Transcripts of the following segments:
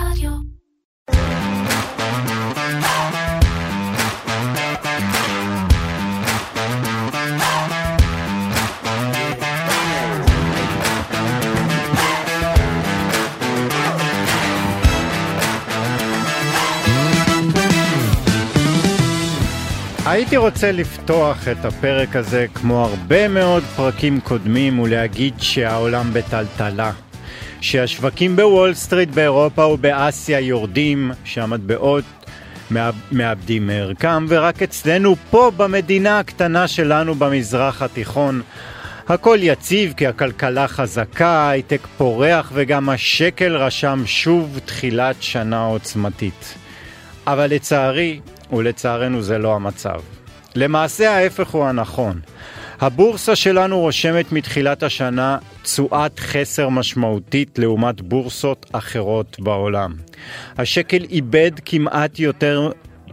רדיו. הייתי רוצה לפתוח את הפרק הזה כמו הרבה מאוד פרקים קודמים ולהגיד שהעולם בטלטלה, שהשווקים בוול סטריט באירופה ובאסיה יורדים, שהמטבעות מאבדים מערכם, ורק אצלנו פה במדינה הקטנה שלנו במזרח התיכון הכל יציב כי הכלכלה חזקה, הייטק פורח וגם השקל רשם שוב תחילת שנה עוצמתית. אבל לצערי ולצערנו זה לא המצב. למעשה ההפך הוא הנכון. הבורסה שלנו רושמת מתחילת השנה תשואת חסר משמעותית לעומת בורסות אחרות בעולם. השקל איבד כמעט יותר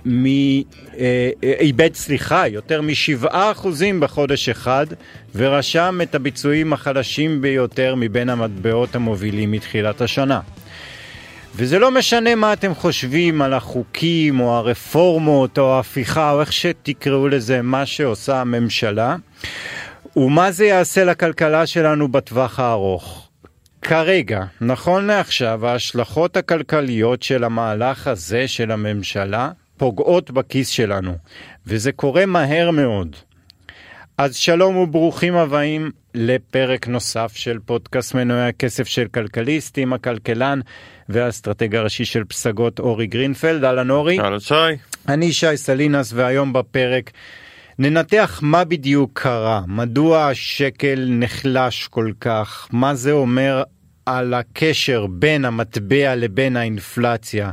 מ7% בחודש אחד, ורשם את הביצועים החלשים ביותר מבין המטבעות המובילים מתחילת השנה. וזה לא משנה מה אתם חושבים על החוקים או הרפורמות או ההפיכה או איך שתקראו לזה, מה שעושה הממשלה ומה זה יעשה לכלכלה שלנו בטווח הארוך. כרגע, נכון לעכשיו, ההשלכות הכלכליות של המהלך הזה של הממשלה פוגעות בכיס שלנו, וזה קורה מהר מאוד. אז שלום וברוכים הבאים לפרק נוסף של פודקאסט מנועי הכסף של כלכליסט, עם הכלכלן והאסטרטג הראשי של פסגות אורי גרינפלד. אהלן אורי. אהלן שי. אני שי סלינס, והיום בפרק ננתח מה בדיוק קרה, מדוע השקל נחלש כל כך, מה זה אומר על הקשר בין המטבע לבין האינפלציה,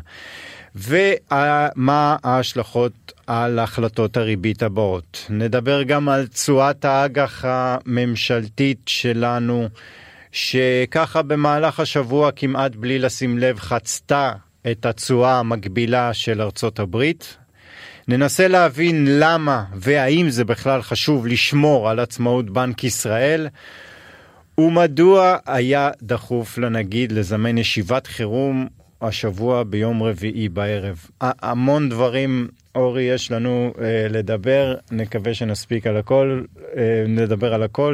ומה ההשלכות על החלטות הריבית הבאות. נדבר גם על תשואת האג"ח הממשלתית שלנו, שככה במהלך השבוע כמעט בלי לשים לב חצתה את התשואה המקבילה של ארצות הברית. ננסה להבין למה והאם זה בכלל חשוב לשמור על עצמאות בנק ישראל, ומדוע היה דחוף לנגיד לזמן ישיבת חירום השבוע ביום רביעי בערב. המון דברים, אורי, יש לנו לדבר, נקווה שנספיק על הכל, נדבר על הכל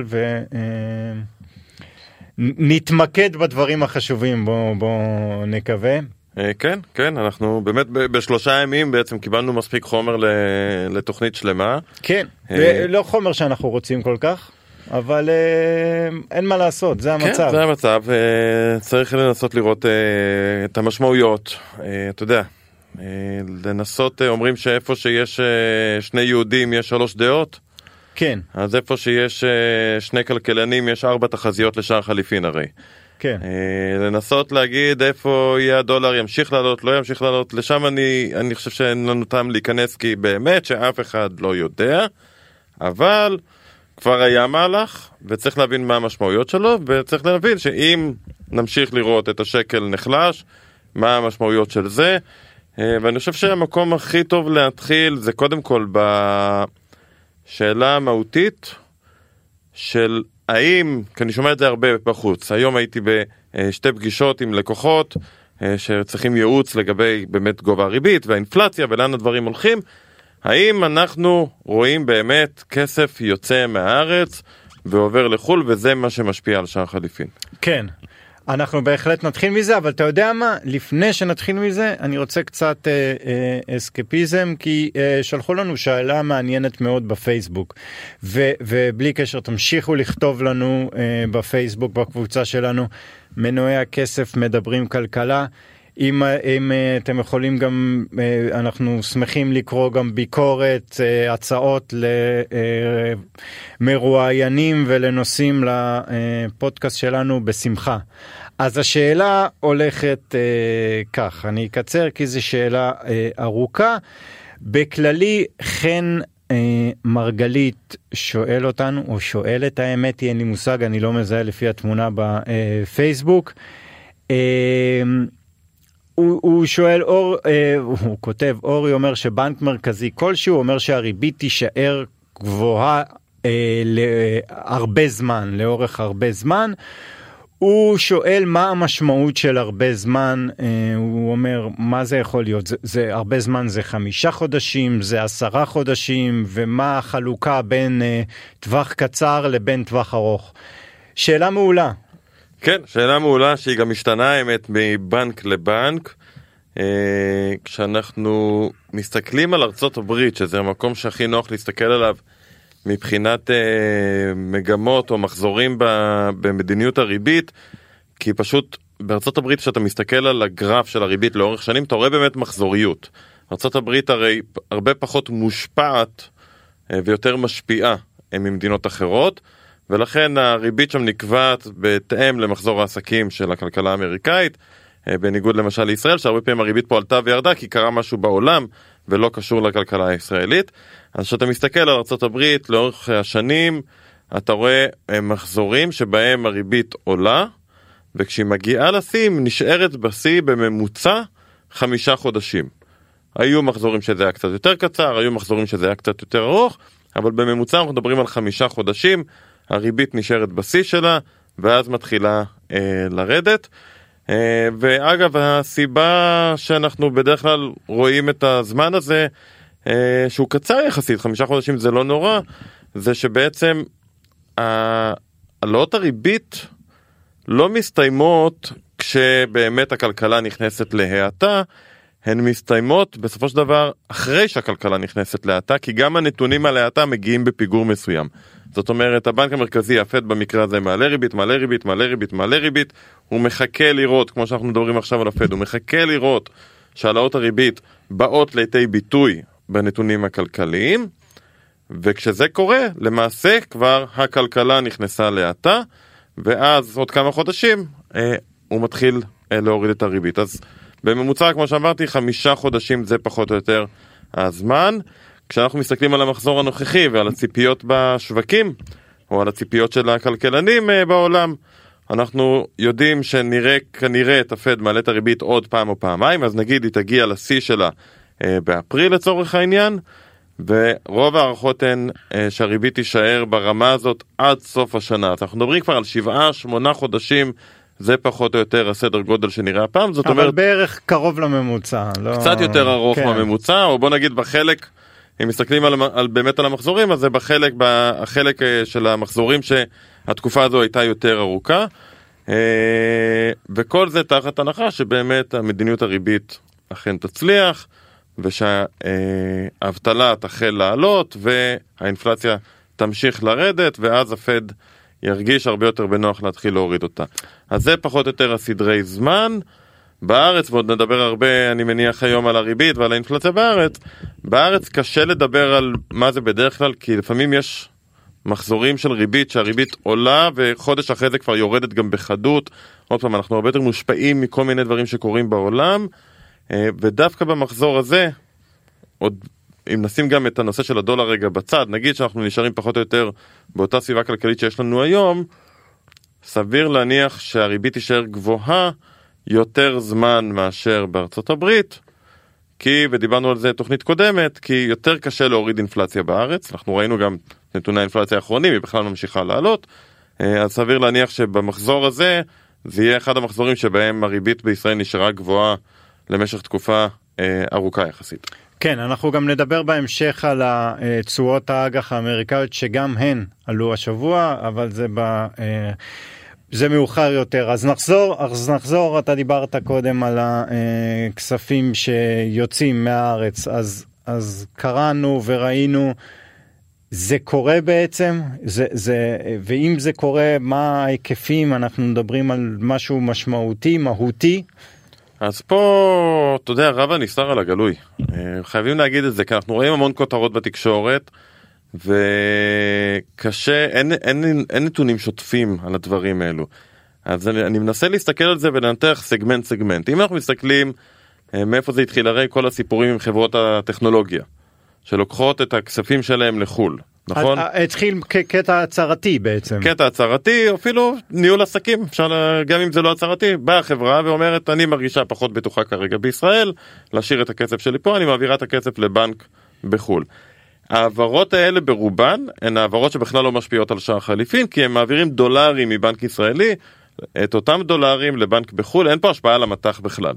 ונתמקד בדברים החשובים, בוא נקווה. כן, כן, אנחנו באמת בשלושה ימים בעצם קיבלנו מספיק חומר לתוכנית שלמה. כן, לא חומר שאנחנו רוצים כל כך, אבל אין מה לעשות, זה המצב. כן, זה המצב, צריך לנסות לראות את המשמעויות, אתה יודע, לנסות, אומרים שאיפה שיש שני יהודים יש 3 דעות. כן. אז איפה שיש שני כלכלנים יש 4 תחזיות לשער חליפין הרי. כן. לנסות להגיד איפה יהיה הדולר, ימשיך לעלות, לא ימשיך לעלות, לשם אני חושב שאין לנו טעם להיכנס, כי באמת שאף אחד לא יודע, אבל כבר היה מהלך, וצריך להבין מה המשמעויות שלו, וצריך להבין שאם נמשיך לראות את השקל נחלש, מה המשמעויות של זה, ואני חושב שהמקום הכי טוב להתחיל זה קודם כל בשאלה המהותית של האם, כי אני שומע את זה הרבה בחוץ, היום הייתי בשתי פגישות עם לקוחות שצריכים ייעוץ לגבי באמת גובה הריבית והאינפלציה ולאן הדברים הולכים, האם אנחנו רואים באמת כסף יוצא מהארץ ועובר לחול, וזה מה שמשפיע על שער חליפין? כן, אנחנו בהחלט נתחיל מזה, אבל אתה יודע מה? לפני שנתחיל מזה, אני רוצה קצת אסקפיזם, כי שלחו לנו שאלה מעניינת מאוד בפייסבוק, ובלי קשר תמשיכו לכתוב לנו בפייסבוק, בקבוצה שלנו, מנועי הכסף מדברים כלכלה. אם אתם יכולים גם, אנחנו שמחים לקרוא גם ביקורת, הצעות למרואיינים ולנושאים לפודקאסט שלנו בשמחה. אז השאלה הולכת כך, אני אקצר כי זו שאלה ארוכה. בכללי, חן מרגלית שואל אותנו, או שואלת, האמת היא, אין לי מושג, אני לא מזהה לפי התמונה בפייסבוק. הוא שואל, הוא כותב, אורי אומר שבנק מרכזי כלשהו אומר שהריבית תישאר גבוהה להרבה זמן, לאורך הרבה זמן, הוא שואל מה המשמעות של הרבה זמן, הוא אומר מה זה יכול להיות, זה הרבה זמן, זה 5 חודשים, זה 10 חודשים, ומה החלוקה בין טווח קצר לבין טווח ארוך. שאלה מעולה. כן, שאלה מעולה שהיא גם משתנה האמת מבנק לבנק. כשאנחנו מסתכלים על ארצות הברית, שזה המקום שהכי נוח להסתכל עליו מבחינת מגמות או מחזורים במדיניות הריבית, כי פשוט בארצות הברית כשאתה מסתכל על הגרף של הריבית לאורך שנים, אתה רואה באמת מחזוריות. ארצות הברית הרי הרבה פחות מושפעת ויותר משפיעה ממדינות אחרות, ולכן הריבית שם נקבעת בהתאם למחזור העסקים של הכלכלה האמריקאית, בניגוד למשל לישראל, שהרבה פעמים הריבית פה עלתה וירדה, כי קרה משהו בעולם ולא קשור לכלכלה הישראלית. אז כשאתה מסתכל על ארצות הברית לאורך השנים, אתה רואה מחזורים שבהם הריבית עולה, וכשהיא מגיעה לשיא, נשארת בשיא בממוצע 5 חודשים. היו מחזורים שזה היה קצת יותר קצר, היו מחזורים שזה היה קצת יותר ארוך, אבל בממוצע אנחנו מדברים על 5 חודשים, הריבית נשארת בשיא שלה, ואז מתחילה לרדת. ואגב, הסיבה שאנחנו בדרך כלל רואים את הזמן הזה, שהוא קצר יחסית, 5 חודשים זה לא נורא, זה שבעצם העלאות הריבית לא מסתיימות כשבאמת הכלכלה נכנסת להאטה, הן מסתיימות בסופו של דבר אחרי שהכלכלה נכנסת להאטה, כי גם הנתונים על ההאטה מגיעים בפיגור מסוים. זאת אומרת, הבנק המרכזי, הפד במקרה הזה, מעלה ריבית, מעלה ריבית, מעלה ריבית, מעלה ריבית, הוא מחכה לראות, כמו שאנחנו מדברים עכשיו על הפד, הוא מחכה לראות שהעלאות הריבית באות לידי ביטוי בנתונים הכלכליים, וכשזה קורה, למעשה כבר הכלכלה נכנסה להאטה, ואז עוד כמה חודשים הוא מתחיל להוריד את הריבית. אז בממוצע, כמו שאמרתי, 5 חודשים זה פחות או יותר הזמן. כשאנחנו מסתכלים על המחזור הנוכחי ועל הציפיות בשווקים, או על הציפיות של הכלכלנים בעולם, אנחנו יודעים שנראה כנראה את הפד מעלה את הריבית עוד פעם או פעמיים, אז נגיד היא תגיע לשיא שלה באפריל לצורך העניין, ורוב הערכות הן שהריבית תישאר ברמה הזאת עד סוף השנה. אז אנחנו מדברים כבר על 7-8 חודשים, זה פחות או יותר הסדר גודל שנראה הפעם. זאת אבל אומרת, בערך קרוב לממוצע. לא... קצת יותר ארוך מהממוצע, או בוא נגיד בחלק, אם מסתכלים באמת על המחזורים, אז זה בחלק של המחזורים שהתקופה הזו הייתה יותר ארוכה, וכל זה תחת הנחה שבאמת המדיניות הריבית אכן תצליח, ושהאבטלה תחל לעלות, והאינפלציה תמשיך לרדת, ואז הפד ירגיש הרבה יותר בנוח להתחיל להוריד אותה. אז זה פחות או יותר הסדרי זמן. בארץ, ועוד נדבר הרבה, אני מניח היום על הריבית ועל האינפלציה בארץ, בארץ קשה לדבר על מה זה בדרך כלל, כי לפעמים יש מחזורים של ריבית, שהריבית עולה, וחודש אחרי זה כבר יורדת גם בחדות. עוד פעם, אנחנו הרבה יותר מושפעים מכל מיני דברים שקורים בעולם, ודווקא במחזור הזה, עוד אם נשים גם את הנושא של הדולר רגע בצד, נגיד שאנחנו נשארים פחות או יותר באותה סביבה כלכלית שיש לנו היום, סביר להניח שהריבית תישאר גבוהה יותר זמן מאשר בארצות הברית, ודיברנו על זה תוכנית קודמת, כי יותר קשה להוריד אינפלציה בארץ, אנחנו ראינו גם נתוני האינפלציה האחרונים, היא בכלל ממשיכה לעלות, אז סביר להניח שבמחזור הזה, זה יהיה אחד המחזורים שבהם הריבית בישראל נשארה גבוהה למשך תקופה ארוכה יחסית. כן, אנחנו גם נדבר בהמשך על תשואות האג"ח האמריקאיות, שגם הן עלו השבוע, אבל זה מאוחר יותר. אז נחזור, אתה דיברת קודם על הכספים שיוצאים מהארץ, אז קראנו וראינו, זה קורה בעצם, ואם זה קורה, מה ההיקפים? אנחנו מדברים על משהו משמעותי, מהותי. אז פה, אתה יודע, רב הנסתר על הגלוי. חייבים להגיד את זה, כי אנחנו רואים המון כותרות בתקשורת, וקשה, אין נתונים שוטפים על הדברים האלו. אז אני מנסה להסתכל על זה ולנתח סגמנט. אם אנחנו מסתכלים מאיפה זה התחיל, הרי כל הסיפורים עם חברות הטכנולוגיה, שלוקחות את הכספים שלהם לחול, נכון? התחיל כקטע הצהרתי בעצם. קטע הצהרתי, אפילו ניהול עסקים, אפשר, גם אם זה לא הצהרתי, באה החברה ואומרת, אני מרגישה פחות בטוחה כרגע בישראל, להשאיר את הכסף שלי פה, אני מעבירה את הכסף לבנק בחול. העברות האלה ברובן הן העברות שבכלל לא משפיעות על שער חליפין, כי הם מעבירים דולרים מבנק ישראלי את אותם דולרים לבנק בחול, אין פה השפעה על המטח בכלל.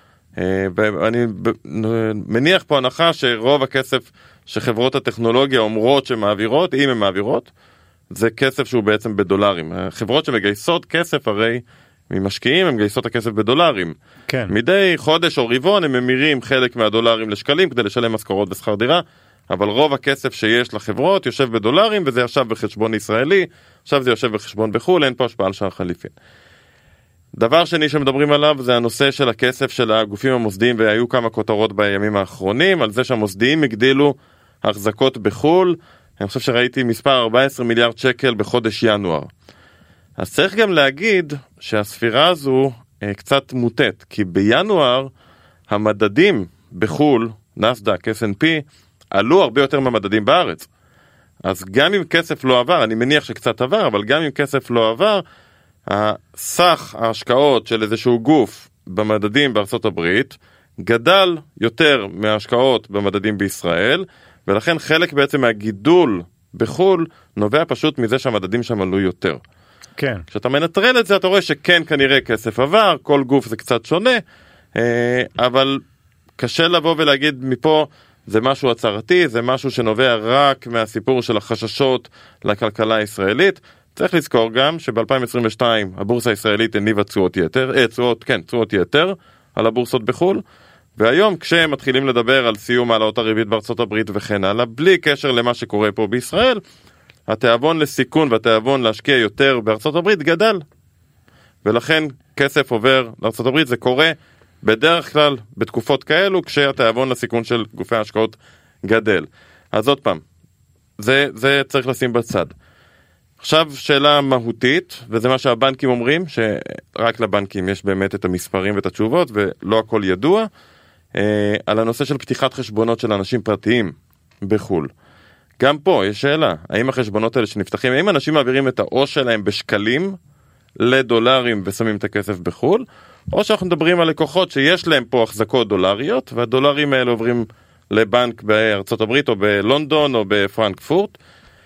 ואני מניח פה הנחה שרוב הכסף שחברות הטכנולוגיה אומרות שמעבירות, אם הן מעבירות, זה כסף שהוא בעצם בדולרים. החברות שמגייסות כסף הרי ממשקיעים, הם מגייסות הכסף בדולרים. כן. מדי חודש או רבעון הם ממירים חלק מהדולרים לשקלים כדי לשלם משכורות ושכר דירה, אבל רוב הכסף שיש לחברות יושב בדולרים, וזה ישב בחשבון ישראלי, עכשיו זה יושב בחשבון בחול, אין פה השפעה על שער חליפין. דבר שני שמדברים עליו זה הנושא של הכסף של הגופים המוסדיים, והיו כמה כותרות בימים האחרונים על זה שהמוסדיים הגדילו החזקות בחול. אני חושב שראיתי מספר 14 מיליארד שקל בחודש ינואר. אז צריך גם להגיד שהספירה הזו קצת מוטט, כי בינואר המדדים בחול, נסדק, S&P, עלו הרבה יותר מהמדדים בארץ. אז גם אם כסף לא עבר, אני מניח שקצת עבר, אבל גם אם כסף לא עבר, הסך ההשקעות של איזשהו גוף במדדים בארצות הברית גדל יותר מההשקעות במדדים בישראל, ולכן חלק בעצם מהגידול בחול נובע פשוט מזה שהמדדים שם עלו יותר. כן. כשאתה מנטרל את זה, אתה רואה שכן כנראה כסף עבר, כל גוף זה קצת שונה, אבל קשה לבוא ולהגיד מפה זה משהו הצהרתי, זה משהו שנובע רק מהסיפור של החששות לכלכלה הישראלית. צריך לזכור גם שב-2022 הבורסה הישראלית הניבה תשואות יתר על הבורסות בחול, והיום כשהם מתחילים לדבר על סיום העלאות הריבית בארצות הברית וכן הלאה, בלי קשר למה שקורה פה בישראל, התיאבון לסיכון והתיאבון להשקיע יותר בארצות הברית גדל. ולכן כסף עובר לארצות הברית, זה קורה בדרך כלל בתקופות כאלו, כשהתיאבון לסיכון של גופי ההשקעות גדל. אז עוד פעם, זה צריך לשים בצד. עכשיו שאלה מהותית, וזה מה שהבנקים אומרים, שרק לבנקים יש באמת את המספרים ואת התשובות, ולא הכל ידוע, על הנושא של פתיחת חשבונות של אנשים פרטיים בחול. גם פה יש שאלה, האם החשבונות האלה שנפתחים, האם אנשים מעבירים את העו"ש שלהם בשקלים לדולרים ושמים את הכסף בחול, או שאנחנו מדברים על לקוחות שיש להם פה החזקות דולריות, והדולרים האלה עוברים לבנק בארצות הברית או בלונדון או בפרנקפורט.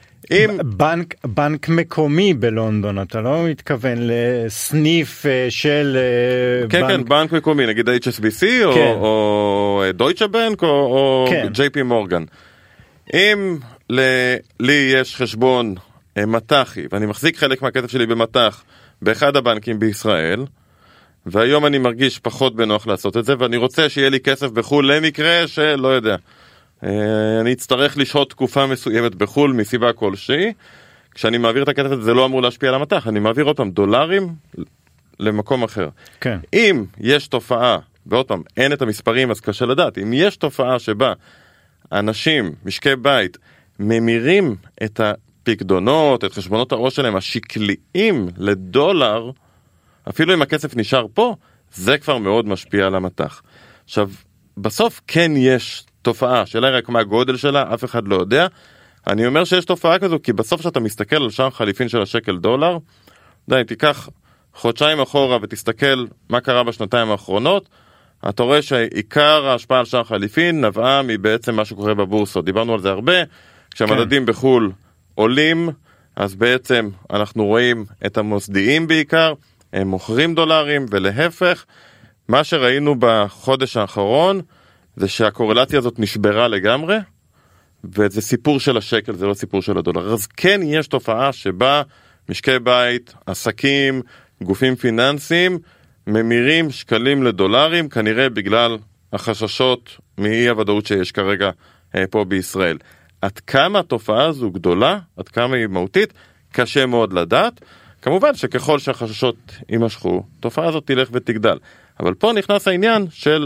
בנק מקומי בלונדון, אתה לא מתכוון לסניף של כן, בנק... כן, בנק מקומי, נגיד HSBC כן. או דויטשה בנק או כן. JP מורגן. אם לי יש חשבון מטחי, ואני מחזיק חלק מהכסף שלי במטח באחד הבנקים בישראל, והיום אני מרגיש פחות בנוח לעשות את זה, ואני רוצה שיהיה לי כסף בחול למקרה שלא יודע. אני אצטרך לשהות תקופה מסוימת בחול מסיבה כלשהי. כשאני מעביר את הכסף הזה זה לא אמור להשפיע על המטח, אני מעביר אותם דולרים למקום אחר. כן. אם יש תופעה, ועוד פעם, אין את המספרים אז קשה לדעת, אם יש תופעה שבה אנשים, משקי בית, ממירים את הפקדונות, את חשבונות העו"ש שלהם, השקליים לדולר, אפילו אם הכסף נשאר פה, זה כבר מאוד משפיע על המטח. עכשיו, בסוף כן יש תופעה, שאלה רק מה הגודל שלה, אף אחד לא יודע. אני אומר שיש תופעה כזו, כי בסוף שאתה מסתכל על שער חליפין של השקל דולר, די, תיקח חודשיים אחורה ותסתכל מה קרה בשנתיים האחרונות, אתה רואה שעיקר ההשפעה על שער חליפין נבעה מבעצם מה שקורה בבורסות. דיברנו על זה הרבה, כשהמדדים בחול עולים, אז בעצם אנחנו רואים את המוסדיים בעיקר, הם מוכרים דולרים, ולהפך, מה שראינו בחודש האחרון, זה שהקורלציה הזאת נשברה לגמרי, וזה סיפור של השקל, זה לא סיפור של הדולר. אז כן יש תופעה שבה משקי בית, עסקים, גופים פיננסיים, ממירים שקלים לדולרים, כנראה בגלל החששות מאי הוודאות שיש כרגע פה בישראל. עד כמה התופעה הזו גדולה, עד כמה היא מהותית, קשה מאוד לדעת. כמובן שככל שהחששות יימשכו, התופעה הזאת תלך ותגדל. אבל פה נכנס העניין של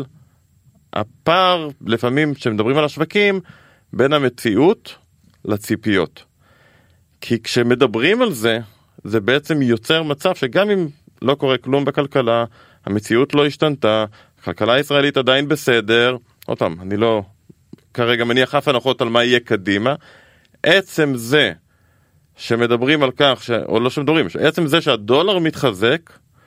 הפער, לפעמים שמדברים על השווקים, בין המציאות לציפיות. כי כשמדברים על זה, זה בעצם יוצר מצב שגם אם לא קורה כלום בכלכלה, המציאות לא השתנתה, הכלכלה הישראלית עדיין בסדר, עוד פעם, אני לא כרגע מניח אף הנחות על מה יהיה קדימה, עצם זה שמדברים על כך, או לא שמדברים, עצם זה שהדולר מתחזק,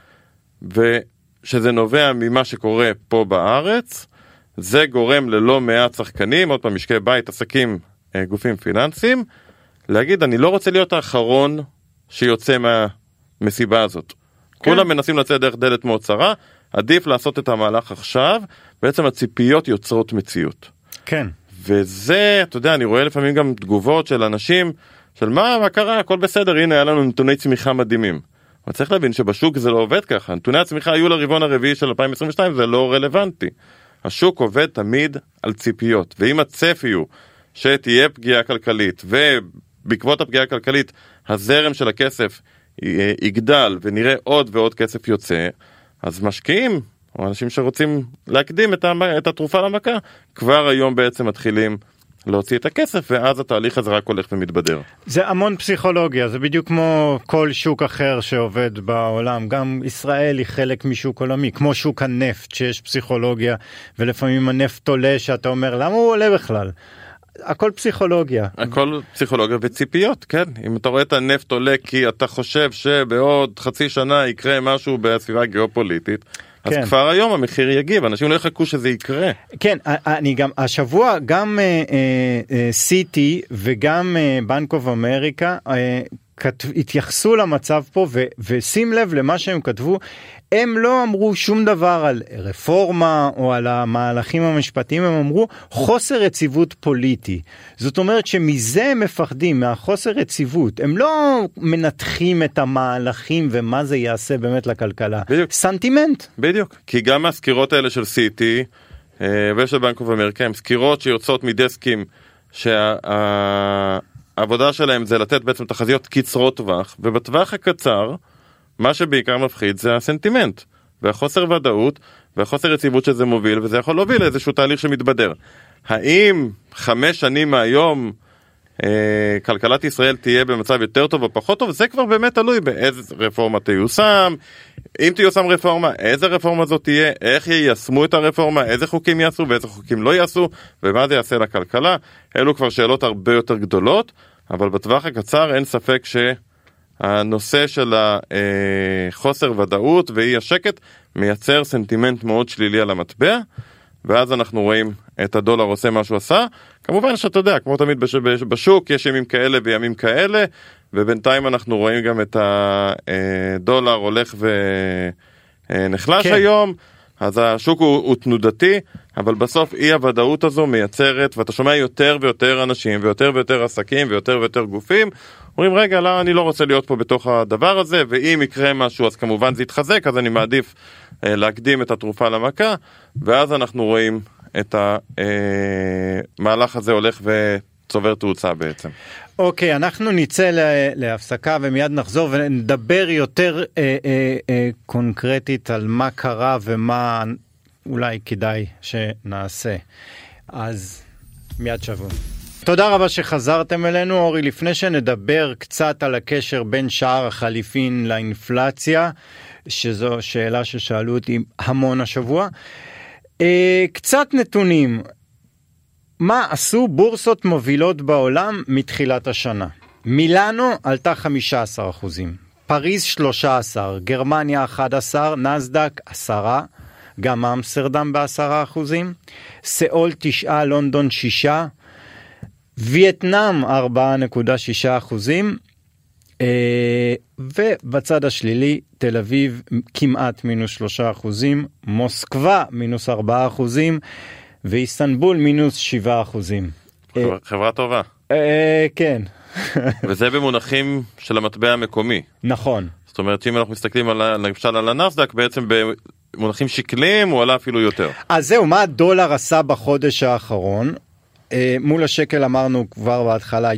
ושזה נובע ממה שקורה פה בארץ, זה גורם ללא מעט שחקנים, עוד פעם משקי בית, עסקים, גופים פיננסיים, להגיד אני לא רוצה להיות האחרון שיוצא מהמסיבה הזאת. כולם מנסים לצאת דרך דלת מאוד צרה, עדיף לעשות את המהלך עכשיו, בעצם הציפיות יוצרות מציאות. כן. וזה, אתה יודע, אני רואה לפעמים גם תגובות של אנשים, של מה קרה, הכל בסדר, הנה היה לנו נתוני צמיחה מדהימים. אבל צריך להבין שבשוק זה לא עובד ככה, נתוני הצמיחה היו לרבעון הרביעי של 2022, זה לא רלוונטי. השוק עובד תמיד על ציפיות, ואם הצפי הוא שתהיה פגיעה כלכלית, ובעקבות הפגיעה הכלכלית הזרם של הכסף יגדל ונראה עוד ועוד כסף יוצא, אז משקיעים, או אנשים שרוצים להקדים את התרופה למכה, כבר היום בעצם מתחילים להוציא את הכסף, ואז התהליך הזה רק הולך ומתבדר. זה המון פסיכולוגיה, זה בדיוק כמו כל שוק אחר שעובד בעולם, גם ישראל היא חלק משוק עולמי, כמו שוק הנפט שיש פסיכולוגיה, ולפעמים הנפט עולה שאתה אומר, למה הוא עולה בכלל? הכל פסיכולוגיה. הכל פסיכולוגיה וציפיות, כן. אם אתה רואה את הנפט עולה כי אתה חושב שבעוד חצי שנה יקרה משהו בסביבה גיאופוליטית, אז כן. כבר היום המחיר יגיב, אנשים לא יחכו שזה יקרה. כן, אני גם, השבוע גם סיטי וגם בנק אוף אמריקה התייחסו למצב פה, ושים לב למה שהם כתבו, הם לא אמרו שום דבר על רפורמה או על המהלכים המשפטיים, הם אמרו חוסר יציבות פוליטי. זאת אומרת שמזה הם מפחדים, מהחוסר יציבות. הם לא מנתחים את המהלכים ומה זה יעשה באמת לכלכלה. בדיוק. סנטימנט. בדיוק. כי גם הסקירות האלה של סיטי ושל בנק אוף אמריקה, הם סקירות שיוצאות מדסקים שהעבודה שלהם זה לתת בעצם תחזיות קצרות טווח, ובטווח הקצר מה שבעיקר מפחיד זה הסנטימנט, והחוסר ודאות, והחוסר יציבות שזה מוביל, וזה יכול להוביל לאיזשהו תהליך שמתבדר. האם 5 שנים מהיום כלכלת ישראל תהיה במצב יותר טוב או פחות טוב? זה כבר באמת תלוי באיזה רפורמה תיושם, אם תיושם רפורמה, איזה רפורמה זאת תהיה, איך יישמו את הרפורמה, איזה חוקים יעשו ואיזה חוקים לא יעשו, ומה זה יעשה לכלכלה. אלו כבר שאלות הרבה יותר גדולות, אבל בטווח הקצר אין ספק הנושא של החוסר ודאות ואי השקט מייצר סנטימנט מאוד שלילי על המטבע, ואז אנחנו רואים את הדולר עושה מה שהוא עשה. כמובן שאתה יודע, כמו תמיד בשוק, יש ימים כאלה וימים כאלה, ובינתיים אנחנו רואים גם את הדולר הולך ונחלש כן. היום, אז השוק הוא תנודתי, אבל בסוף אי הוודאות הזו מייצרת, ואתה שומע יותר ויותר אנשים, ויותר ויותר עסקים, ויותר ויותר גופים, אומרים, רגע, לא, אני לא רוצה להיות פה בתוך הדבר הזה, ואם יקרה משהו, אז כמובן זה יתחזק, אז אני מעדיף להקדים את התרופה למכה, ואז אנחנו רואים את המהלך הזה הולך וצובר תאוצה בעצם. אוקיי, אנחנו נצא להפסקה ומיד נחזור ונדבר יותר קונקרטית על מה קרה ומה אולי כדאי שנעשה. אז מיד שבוע. תודה רבה שחזרתם אלינו, אורי. לפני שנדבר קצת על הקשר בין שער החליפין לאינפלציה, שזו שאלה ששאלו אותי המון השבוע, קצת נתונים. מה עשו בורסות מובילות בעולם מתחילת השנה? מילאנו עלתה 15%, פריז 13%, גרמניה 11%, נסדק 10%, גם אמסטרדם ב10%, סאול 9%, לונדון 6%, וייטנאם 4.6%, ובצד השלילי תל אביב כמעט מינוס 3%, מוסקבה מינוס 4%, ואיסטנבול מינוס 7%. חברה טובה. כן. וזה במונחים של המטבע המקומי. נכון. זאת אומרת שאם אנחנו מסתכלים למשל על הנסדק, בעצם במונחים שקליים הוא עלה אפילו יותר. אז זהו, מה הדולר עשה בחודש האחרון? מול השקל אמרנו כבר בהתחלה,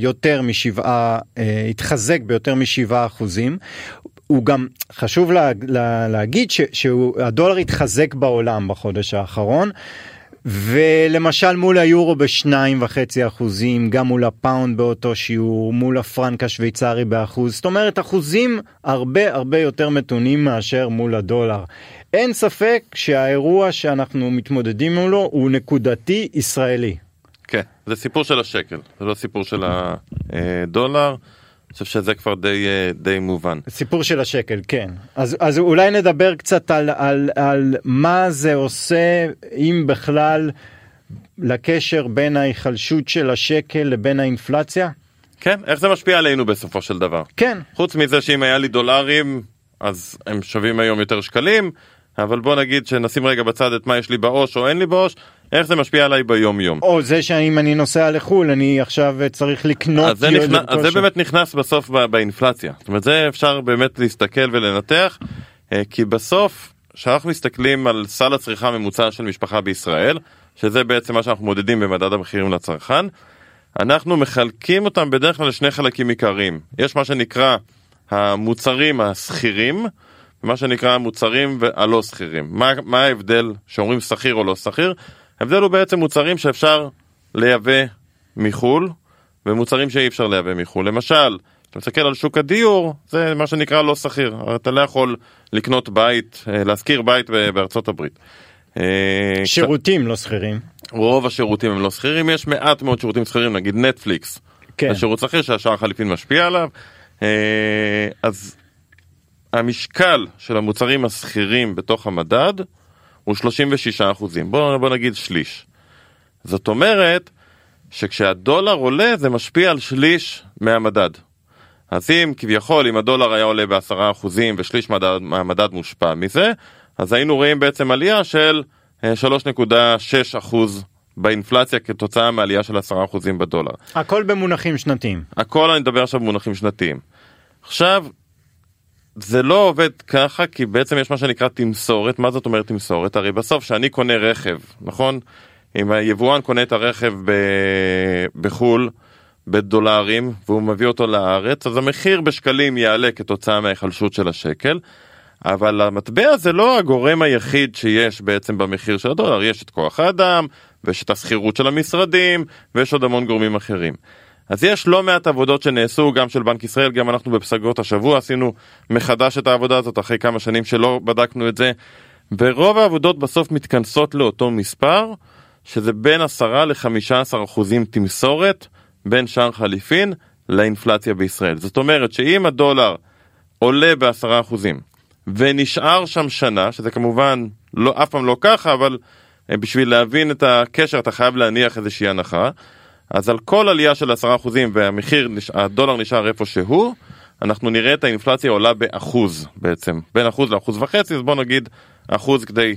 התחזק ביותר מ7%. הוא גם חשוב להגיד שהדולר התחזק בעולם בחודש האחרון, ולמשל מול היורו ב2.5%, גם מול הפאונד באותו שיעור, מול הפרנק השוויצרי ב1%, זאת אומרת אחוזים הרבה יותר מתונים מאשר מול הדולר. אין ספק שהאירוע שאנחנו מתמודדים מולו הוא נקודתי ישראלי. כן, זה סיפור של השקל, זה לא סיפור של הדולר, אני חושב שזה כבר די מובן. סיפור של השקל, כן. אז אולי נדבר קצת על מה זה עושה, אם בכלל, לקשר בין ההיחלשות של השקל לבין האינפלציה? כן, איך זה משפיע עלינו בסופו של דבר? כן. חוץ מזה שאם היה לי דולרים, אז הם שווים היום יותר שקלים, אבל בוא נגיד שנשים רגע בצד את מה יש לי בעו"ש או אין לי בעו"ש, איך זה משפיע עליי ביום יום. או זה שאם אני נוסע לחול, אני עכשיו צריך לקנות... אז זה באמת נכנס בסוף באינפלציה. זאת אומרת, זה אפשר באמת להסתכל ולנתח, כי בסוף, כשאנחנו מסתכלים על סל הצריכה הממוצע של משפחה בישראל, שזה בעצם מה שאנחנו מודדים במדד המחירים לצרכן, אנחנו מחלקים אותם בדרך כלל לשני חלקים עיקריים. יש מה שנקרא המוצרים הסחירים, ומה שנקרא המוצרים הלא סחירים. מה ההבדל שאומרים סחיר או לא סחיר? ההבדל הוא בעצם מוצרים שאפשר לייבא מחול, ומוצרים שאי אפשר לייבא מחול. למשל, אתה מסתכל על שוק הדיור, זה מה שנקרא לא סחיר. אתה לא יכול לקנות בית, להשכיר בית בארצות הברית. שירותים לא סחירים. רוב השירותים הם לא סחירים, יש מעט מאוד שירותים סחירים, נגיד נטפליקס. כן. השירות סחיר שהשער החליפין משפיע עליו. אז המשקל של המוצרים הסחירים בתוך המדד הוא 36%. בוא נגיד שליש. זאת אומרת שכשהדולר עולה זה משפיע על שליש מהמדד. אז אם כביכול, אם הדולר היה עולה ב10% ושליש מהמדד מושפע מזה, אז היינו רואים בעצם עלייה של 3.6% באינפלציה כתוצאה מעלייה של 10% בדולר. הכל במונחים שנתיים. הכל אני מדבר עכשיו במונחים שנתיים. עכשיו, זה לא עובד ככה, כי בעצם יש מה שנקרא תמסורת. מה זאת אומרת תמסורת? הרי בסוף שאני קונה רכב, נכון? אם היבואן קונה את הרכב בחול, בדולרים, והוא מביא אותו לארץ, אז המחיר בשקלים יעלה כתוצאה מההיחלשות של השקל, אבל המטבע זה לא הגורם היחיד שיש בעצם במחיר של הדולר. יש את כוח האדם, ויש את הסחירות של המשרדים, ויש עוד המון גורמים אחרים. אז יש לא מעט עבודות שנעשו, גם של בנק ישראל, גם אנחנו בפסגות השבוע עשינו מחדש את העבודה הזאת, אחרי כמה שנים שלא בדקנו את זה, ורוב העבודות בסוף מתכנסות לאותו מספר, שזה בין 10-15% תמסורת, בין שער חליפין לאינפלציה בישראל. זאת אומרת שאם הדולר עולה ב10%, ונשאר שם שנה, שזה כמובן לא, אף פעם לא ככה, אבל בשביל להבין את הקשר אתה חייב להניח איזושהי הנחה, אז על כל עלייה של 10% והמחיר, הדולר נשאר איפה שהוא, אנחנו נראה את האינפלציה עולה באחוז בעצם, בין 1% ל1.5%, אז בוא נגיד 1% כדי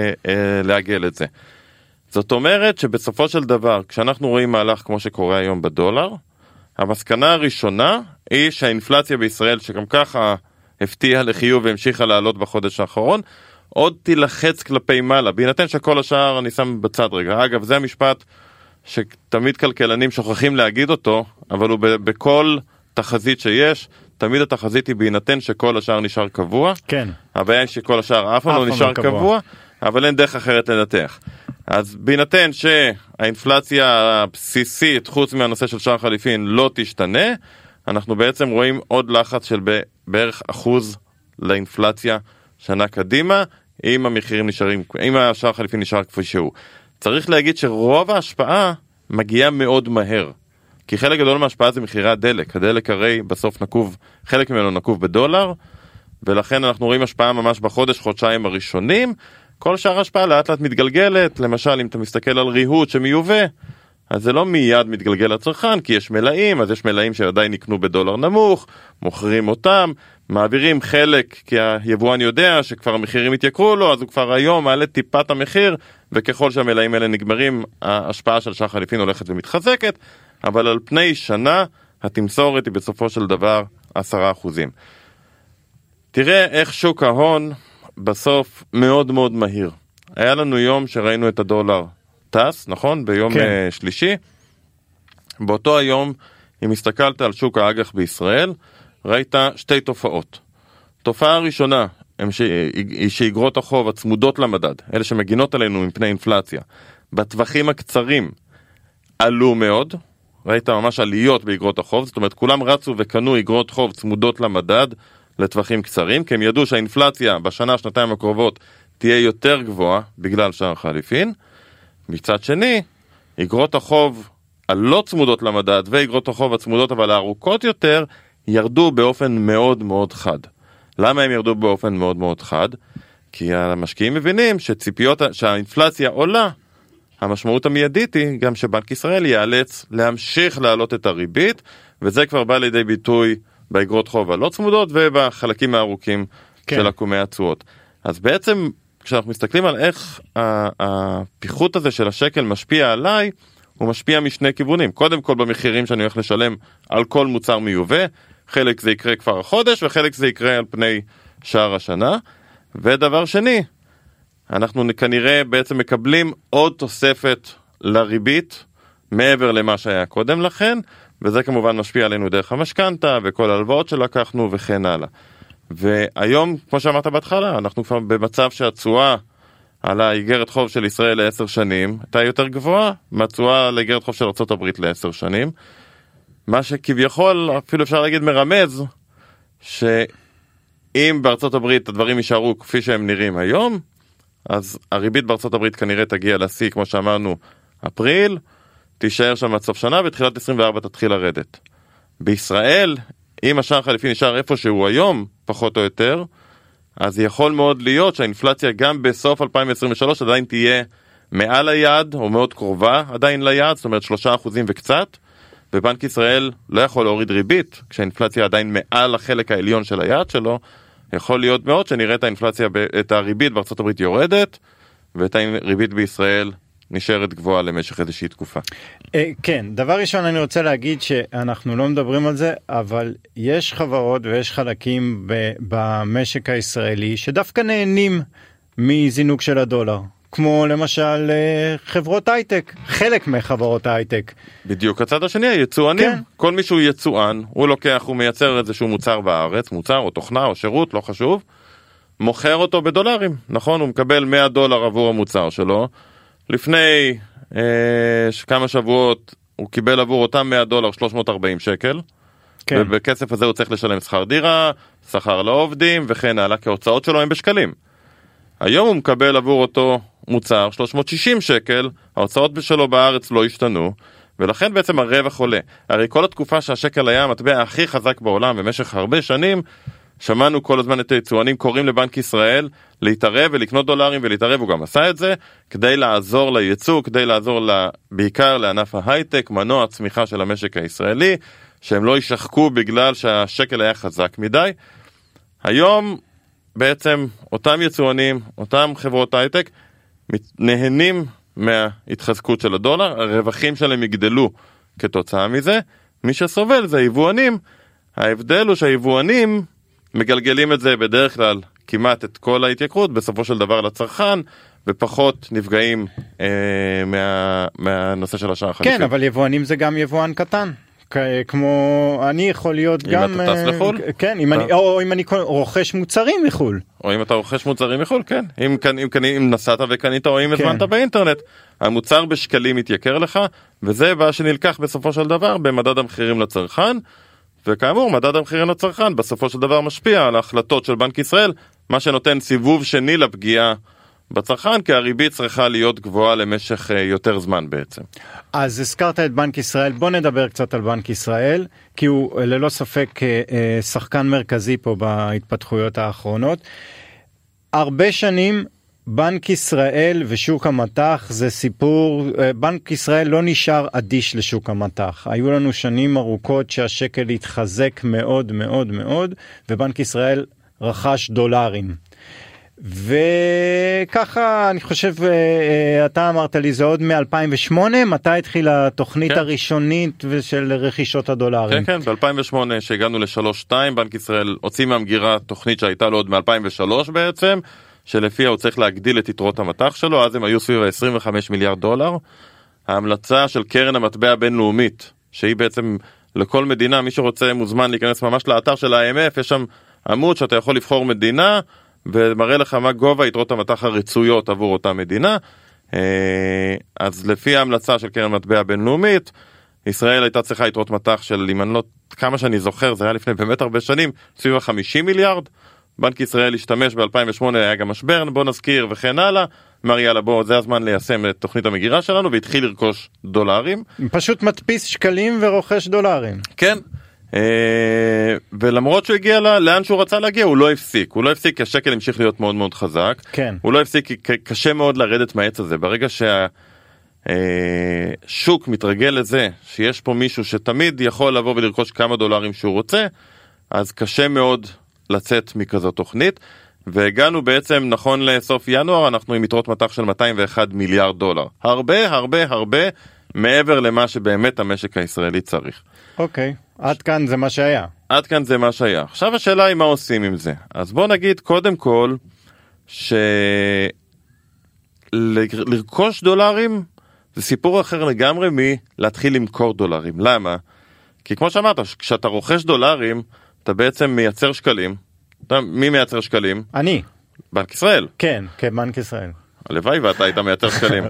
להגל את זה. זאת אומרת שבסופו של דבר, כשאנחנו רואים מהלך כמו שקורה היום בדולר, המסקנה הראשונה היא שהאינפלציה בישראל, שגם ככה הפתיעה לחיוב והמשיכה לעלות בחודש האחרון, עוד תילחץ כלפי מעלה, בהינתן שכל השאר אני שם בצד רגע. אגב, זה המשפט שתמיד כלכלנים שוכחים להגיד אותו, אבל הוא בכל תחזית שיש, תמיד התחזית היא בהינתן שכל השאר נשאר קבוע. כן. הבעיה היא שכל השאר אף פעם לא נשאר קבוע, אבל אין דרך אחרת לנתח. אז בהינתן שהאינפלציה הבסיסית, חוץ מהנושא של שער חליפין, לא תשתנה, אנחנו בעצם רואים עוד לחץ של בערך 1% לאינפלציה שנה קדימה, אם המחירים נשארים, אם השער חליפין נשאר כפי שהוא. צריך להגיד שרוב ההשפעה מגיעה מאוד מהר, כי חלק גדול מההשפעה זה מחירי הדלק. הדלק הרי בסוף נקוב, חלק ממנו נקוב בדולר, ולכן אנחנו רואים השפעה ממש בחודש, חודשיים הראשונים. כל שאר ההשפעה לאט לאט מתגלגלת. למשל, אם אתה מסתכל על ריהוט שמיובא, אז זה לא מיד מתגלגל לצרכן, כי יש מלאים, אז יש מלאים שעדיין נקנו בדולר נמוך, מוכרים אותם, מעבירים חלק, כי היבואן יודע שכבר המחירים התייקרו לו, אז הוא כבר היום מעלה טיפת המחיר, וככל שהמלאים האלה נגמרים, ההשפעה של שער חליפין הולכת ומתחזקת, אבל על פני שנה, התמסורת היא בסופו של דבר 10%. תראה איך שוק ההון בסוף מאוד מאוד מהיר. היה לנו יום שראינו את הדולר טס, נכון? ביום שלישי. באותו היום, אם הסתכלת על שוק האג"ח בישראל, ראית שתי תופעות. תופעה הראשונה היא שאיגרות החוב הצמודות למדד, אלה שמגינות עלינו מפני אינפלציה, בטווחים הקצרים עלו מאוד, ראית ממש עליות באיגרות החוב, זאת אומרת כולם רצו וקנו איגרות חוב צמודות למדד לטווחים קצרים, כי הם ידעו שהאינפלציה בשנה, שנתיים הקרובות תהיה יותר גבוהה בגלל שער חליפין. מצד שני, איגרות החוב הלא צמודות למדד ואיגרות החוב הצמודות אבל הארוכות יותר ירדו באופן מאוד מאוד חד. למה הם ירדו באופן מאוד מאוד חד? כי המשקיעים מבינים שהאינפלציה עולה, המשמעות המיידית היא גם שבנק ישראל ייאלץ להמשיך להעלות את הריבית, וזה כבר בא לידי ביטוי באיגרות חוב הלא צמודות ובחלקים הארוכים של עקומי התשואות. אז בעצם כשאנחנו מסתכלים על איך הפיחות הזה של השקל משפיע עליי, הוא משפיע משני כיוונים. קודם כל במחירים שאני הולך לשלם על כל מוצר מיובא, חלק זה יקרה כבר החודש וחלק זה יקרה על פני שער השנה. ודבר שני, אנחנו כנראה בעצם מקבלים עוד תוספת לריבית מעבר למה שהיה קודם לכן, וזה כמובן משפיע עלינו דרך המשכנתא וכל ההלוואות שלקחנו וכן הלאה. והיום, כמו שאמרת בהתחלה, אנחנו כבר במצב שהתשואה על האיגרת חוב של ישראל ל10 שנים הייתה יותר גבוהה מהתשואה על האיגרת חוב של ארצות הברית ל10 שנים, מה שכביכול אפילו אפשר להגיד מרמז שאם בארצות הברית הדברים יישארו כפי שהם נראים היום, אז הריבית בארצות הברית כנראה תגיע לשיא, כמו שאמרנו, אפריל, תישאר שם עד סוף שנה, בתחילת 24 תתחיל לרדת. בישראל, אם השער חליפי נשאר איפה שהוא היום, פחות או יותר, אז יכול מאוד להיות שהאינפלציה גם בסוף 2023 עדיין תהיה מעל היעד, או מאוד קרובה עדיין ליעד, זאת אומרת 3% וקצת, ובנק ישראל לא יכול להוריד ריבית, כשהאינפלציה עדיין מעל החלק העליון של היעד שלו, יכול להיות מאוד שנראה את האינפלציה, את הריבית בארצות הברית יורדת, ואת הריבית בישראל נשארת גבוהה למשך איזושהי תקופה. כן, דבר ראשון אני רוצה להגיד שאנחנו לא מדברים על זה, אבל יש חברות ויש חלקים במשק הישראלי שדווקא נהנים מזינוק של הדולר. כמו למשל חברות הייטק, חלק מחברות הייטק. בדיוק, הצד השני, היצואנים. כן. כל מי שהוא יצואן, הוא לוקח, הוא מייצר איזשהו מוצר בארץ, מוצר או תוכנה או שירות, לא חשוב, מוכר אותו בדולרים, נכון? הוא מקבל $100 עבור המוצר שלו, לפני כמה שבועות הוא קיבל עבור אותם $100 340 שקל, כן. ובכסף הזה הוא צריך לשלם שכר דירה, שכר לעובדים וכן הלאה, כי ההוצאות שלו הם בשקלים. היום הוא מקבל עבור אותו מוצר 360 שקל, ההוצאות שלו בארץ לא השתנו, ולכן בעצם הרווח עולה. הרי כל התקופה שהשקל היה המטבע הכי חזק בעולם במשך הרבה שנים, שמענו כל הזמן את היצואנים קוראים לבנק ישראל להתערב ולקנות דולרים ולהתערב, הוא גם עשה את זה, כדי לעזור לייצוא, כדי לעזור בעיקר לענף ההייטק, מנוע הצמיחה של המשק הישראלי, שהם לא ישחקו בגלל שהשקל היה חזק מדי. היום בעצם אותם יצואנים, אותם חברות הייטק, נהנים מההתחזקות של הדולר, הרווחים שלהם יגדלו כתוצאה מזה, מי שסובל זה היבואנים. ההבדל הוא שהיבואנים מגלגלים את זה בדרך כלל כמעט את כל ההתייקרות בסופו של דבר לצרכן, ופחות נפגעים מהנושא של השער החליפי. כן, אבל יבואנים זה גם יבואן קטן. כמו אני יכול להיות אם גם אתה טס לחול? כן, או אם אני רוכש מוצרים מחול, או אם אתה רוכש מוצרים מחול, כן, אם נסעת וקנית או אם הזמנת באינטרנט, המוצר בשקלים מתייקר לך, וזה מה שנלקח בסופו של דבר במדד המחירים לצרכן, וכאמור מדד המחירים לצרכן בסופו של דבר משפיע על ההחלטות של בנק ישראל, מה שנותן סיבוב שני לפגיעה בצרכן, כי הריבית צריכה להיות גבוהה למשך יותר זמן בעצם. אז הזכרת את בנק ישראל, בוא נדבר קצת על בנק ישראל, כי הוא ללא ספק שחקן מרכזי פה בהתפתחויות האחרונות. הרבה שנים בנק ישראל ושוק המטח זה סיפור, בנק ישראל לא נשאר אדיש לשוק המטח. היו לנו שנים ארוכות שהשקל התחזק מאוד מאוד מאוד, ובנק ישראל רכש דולרים. וככה אני חושב אתה אמרת לי זה עוד מ-2008, מתי התחילה התוכנית הראשונית של רכישות הדולרים? כן, ב-2008 שהגענו ל-3.2 בנק ישראל הוציא מהמגירה תוכנית שהייתה לו עוד מ-2003 בעצם, שלפיה הוא צריך להגדיל את יתרות המטח שלו, אז הם היו סביב $25 מיליארד. ההמלצה של קרן המטבע הבינלאומית, שהיא בעצם לכל מדינה, מי שרוצה מוזמן להיכנס ממש לאתר של ה-IMF, יש שם עמוד שאתה יכול לבחור מדינה, ומראה לך מה גובה יתרות המטח הרצויות עבור אותה מדינה. אז לפי ההמלצה של קרן מטבע בינלאומית, ישראל הייתה צריכה יתרות מטח של, אם אני לא, כמה שאני זוכר, זה היה לפני באמת הרבה שנים, סביב $50 מיליארד. בנק ישראל השתמש ב-2008, היה גם משבר, בוא נזכיר וכן הלאה. אמר יאללה בוא, זה הזמן ליישם את תוכנית המגירה שלנו, והתחיל לרכוש דולרים. פשוט מדפיס שקלים ורוכש דולרים. כן. ולמרות שהוא הגיע לאן שהוא רצה להגיע, הוא לא הפסיק כי השקל המשיך להיות מאוד מאוד חזק. כן. הוא לא הפסיק כי קשה מאוד לרדת מהעץ הזה. ברגע שהשוק מתרגל לזה שיש פה מישהו שתמיד יכול לבוא ולרכוש כמה דולרים שהוא רוצה, אז קשה מאוד לצאת מכזאת תוכנית, והגענו בעצם נכון לסוף ינואר, אנחנו עם יתרות מטח של 201 מיליארד דולר. הרבה הרבה הרבה מעבר למה שבאמת המשק הישראלי צריך. אוקיי, עד כאן זה מה שהיה. עד כאן זה מה שהיה. עכשיו השאלה היא מה עושים עם זה. אז בוא נגיד קודם כל, שלרכוש דולרים זה סיפור אחר לגמרי מלהתחיל למכור דולרים. למה? כי כמו שאמרת, כשאתה רוכש דולרים, אתה בעצם מייצר שקלים. מי מייצר שקלים? אני. בנק ישראל. כן, כבנק ישראל. הלוואי ואתה היית מייצר שקלים.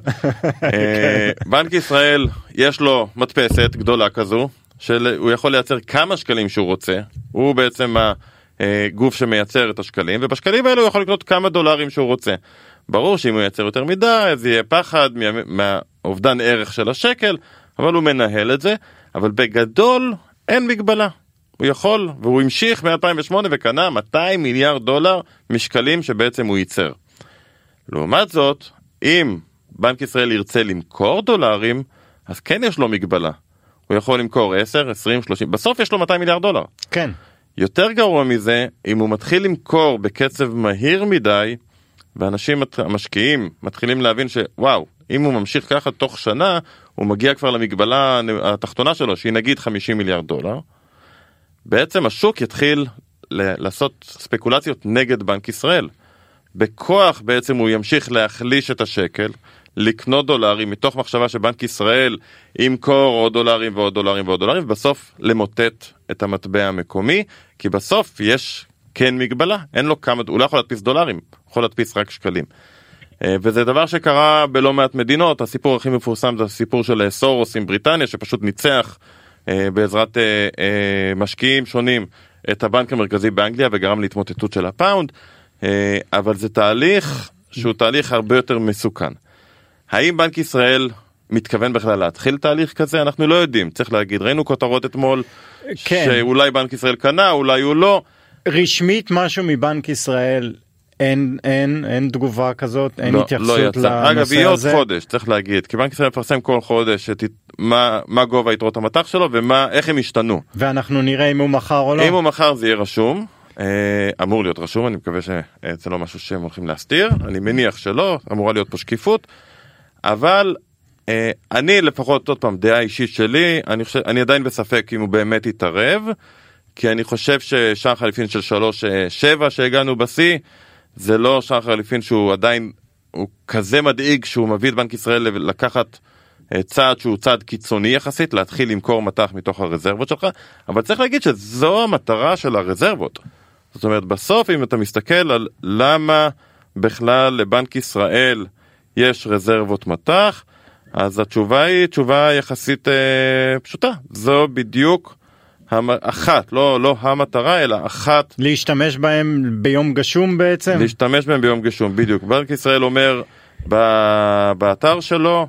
בנק ישראל יש לו מדפסת גדולה כזו, שהוא יכול לייצר כמה שקלים שהוא רוצה, הוא בעצם הגוף שמייצר את השקלים, ובשקלים האלו הוא יכול לקנות כמה דולרים שהוא רוצה. ברור שאם הוא ייצר יותר מדי, אז יהיה פחד מהאובדן ערך של השקל, אבל הוא מנהל את זה, אבל בגדול אין מגבלה. הוא יכול, והוא המשיך מ-2008 וקנה 200 מיליארד דולר משקלים שבעצם הוא ייצר. לעומת זאת, אם בנק ישראל ירצה למכור דולרים, אז כן יש לו מגבלה. הוא יכול למכור 10, 20, 30, בסוף יש לו 200 מיליארד דולר. כן. יותר גרוע מזה, אם הוא מתחיל למכור בקצב מהיר מדי, ואנשים המשקיעים מתחילים להבין שוואו, אם הוא ממשיך ככה תוך שנה, הוא מגיע כבר למגבלה התחתונה שלו, שהיא נגיד 50 מיליארד דולר, בעצם השוק יתחיל לעשות ספקולציות נגד בנק ישראל. בכוח בעצם הוא ימשיך להחליש את השקל, לקנות דולרים מתוך מחשבה שבנק ישראל ימכור עוד דולרים ועוד דולרים ועוד דולרים, ובסוף למוטט את המטבע המקומי, כי בסוף יש כן מגבלה, אין לו כמה, הוא לא יכול להדפיס דולרים, הוא יכול להדפיס רק שקלים. וזה דבר שקרה בלא מעט מדינות. הסיפור הכי מפורסם זה הסיפור של סורוס עם בריטניה, שפשוט ניצח בעזרת משקיעים שונים את הבנק המרכזי באנגליה וגרם להתמוטטות של הפאונד, אבל זה תהליך שהוא תהליך הרבה יותר מסוכן. האם בנק ישראל מתכוון בכלל להתחיל תהליך כזה? אנחנו לא יודעים, צריך להגיד, ראינו כותרות אתמול, כן. שאולי בנק ישראל קנה, אולי הוא לא. רשמית משהו מבנק ישראל, אין תגובה כזאת, אין התייחסות לנושא הזה. אגב, יהיה עוד חודש, צריך להגיד, כי בנק ישראל מפרסם כל חודש מה גובה יתרות המטח שלו ואיך הם השתנו. ואנחנו נראה אם הוא מחר או לא. אם הוא מחר זה יהיה רשום, אמור להיות רשום, אני מקווה שזה לא משהו שהם הולכים להסתיר, אני מניח שלא, אמורה להיות פה שקיפות, אבל אני לפחות עוד פעם, דעה אישית שלי, אני עדיין בספק אם הוא באמת יתערב, כי אני חושב ששער חליפין של 3.7 שהגענו בסי, זה לא שער חליפין שהוא עדיין, הוא כזה מדאיג שהוא מביא את בנק ישראל לקחת צעד שהוא צעד קיצוני יחסית, להתחיל למכור מטח מתוך הרזרבות שלך, אבל צריך להגיד שזו המטרה של הרזרבות. זאת אומרת, בסוף אם אתה מסתכל על למה בכלל לבנק ישראל יש רזרבות מטח, אז התשובה היא תשובה יחסית פשוטה. זו בדיוק אחת, לא המטרה, אלא אחת. להשתמש בהם ביום גשום בעצם? להשתמש בהם ביום גשום, בדיוק. בנק ישראל אומר באתר שלו,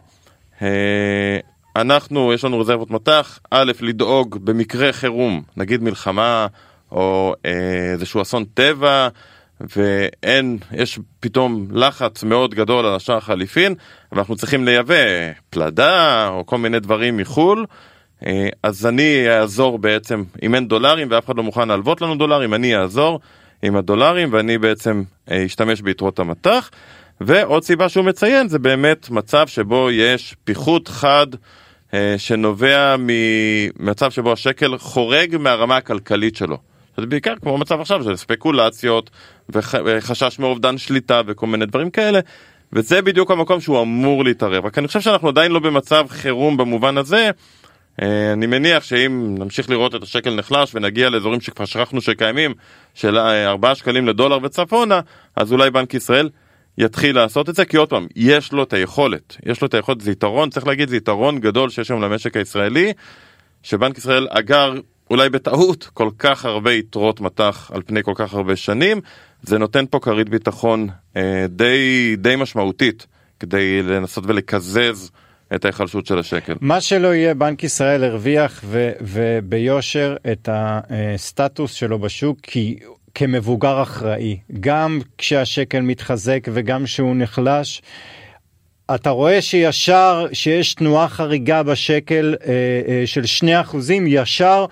יש לנו רזרבות מטח, א', לדאוג במקרה חירום, נגיד מלחמה, או איזשהו אסון טבע, יש פתאום לחץ מאוד גדול על השער חליפין, ואנחנו צריכים לייבא פלדה, או כל מיני דברים מחול, אז אני אעזור בעצם, אם אין דולרים ואף אחד לא מוכן להלוות לנו דולרים, אני אעזור עם הדולרים ואני בעצם אשתמש ביתרות המטח. ועוד סיבה שהוא מציין זה באמת מצב שבו יש פיחות חד שנובע ממצב שבו השקל חורג מהרמה הכלכלית שלו. זה בעיקר כמו מצב עכשיו של ספקולציות וחשש מאובדן שליטה וכל מיני דברים כאלה, וזה בדיוק המקום שהוא אמור להתערב. רק אני חושב שאנחנו עדיין לא במצב חירום במובן הזה. אני מניח שאם נמשיך לראות את השקל נחלש ונגיע לאזורים שכבר שכחנו שקיימים של 4 שקלים לדולר וצפונה, אז אולי בנק ישראל יתחיל לעשות את זה, כי עוד פעם, יש לו את היכולת, זה יתרון, צריך להגיד, זה יתרון גדול שיש שם למשק הישראלי, שבנק ישראל אגר אולי בטעות כל כך הרבה יתרות מטח על פני כל כך הרבה שנים, זה נותן פה כרית ביטחון די משמעותית, כדי לנסות ולקזז את ההיחלשות של השקל. מה שלא יהיה, בנק ישראל הרוויח וביושר את הסטטוס שלו בשוק, כמבוגר אחראי. גם כשהשקל מתחזק וגם שהוא נחלש, אתה רואה שיש תנועה חריגה בשקל של 2%, ישר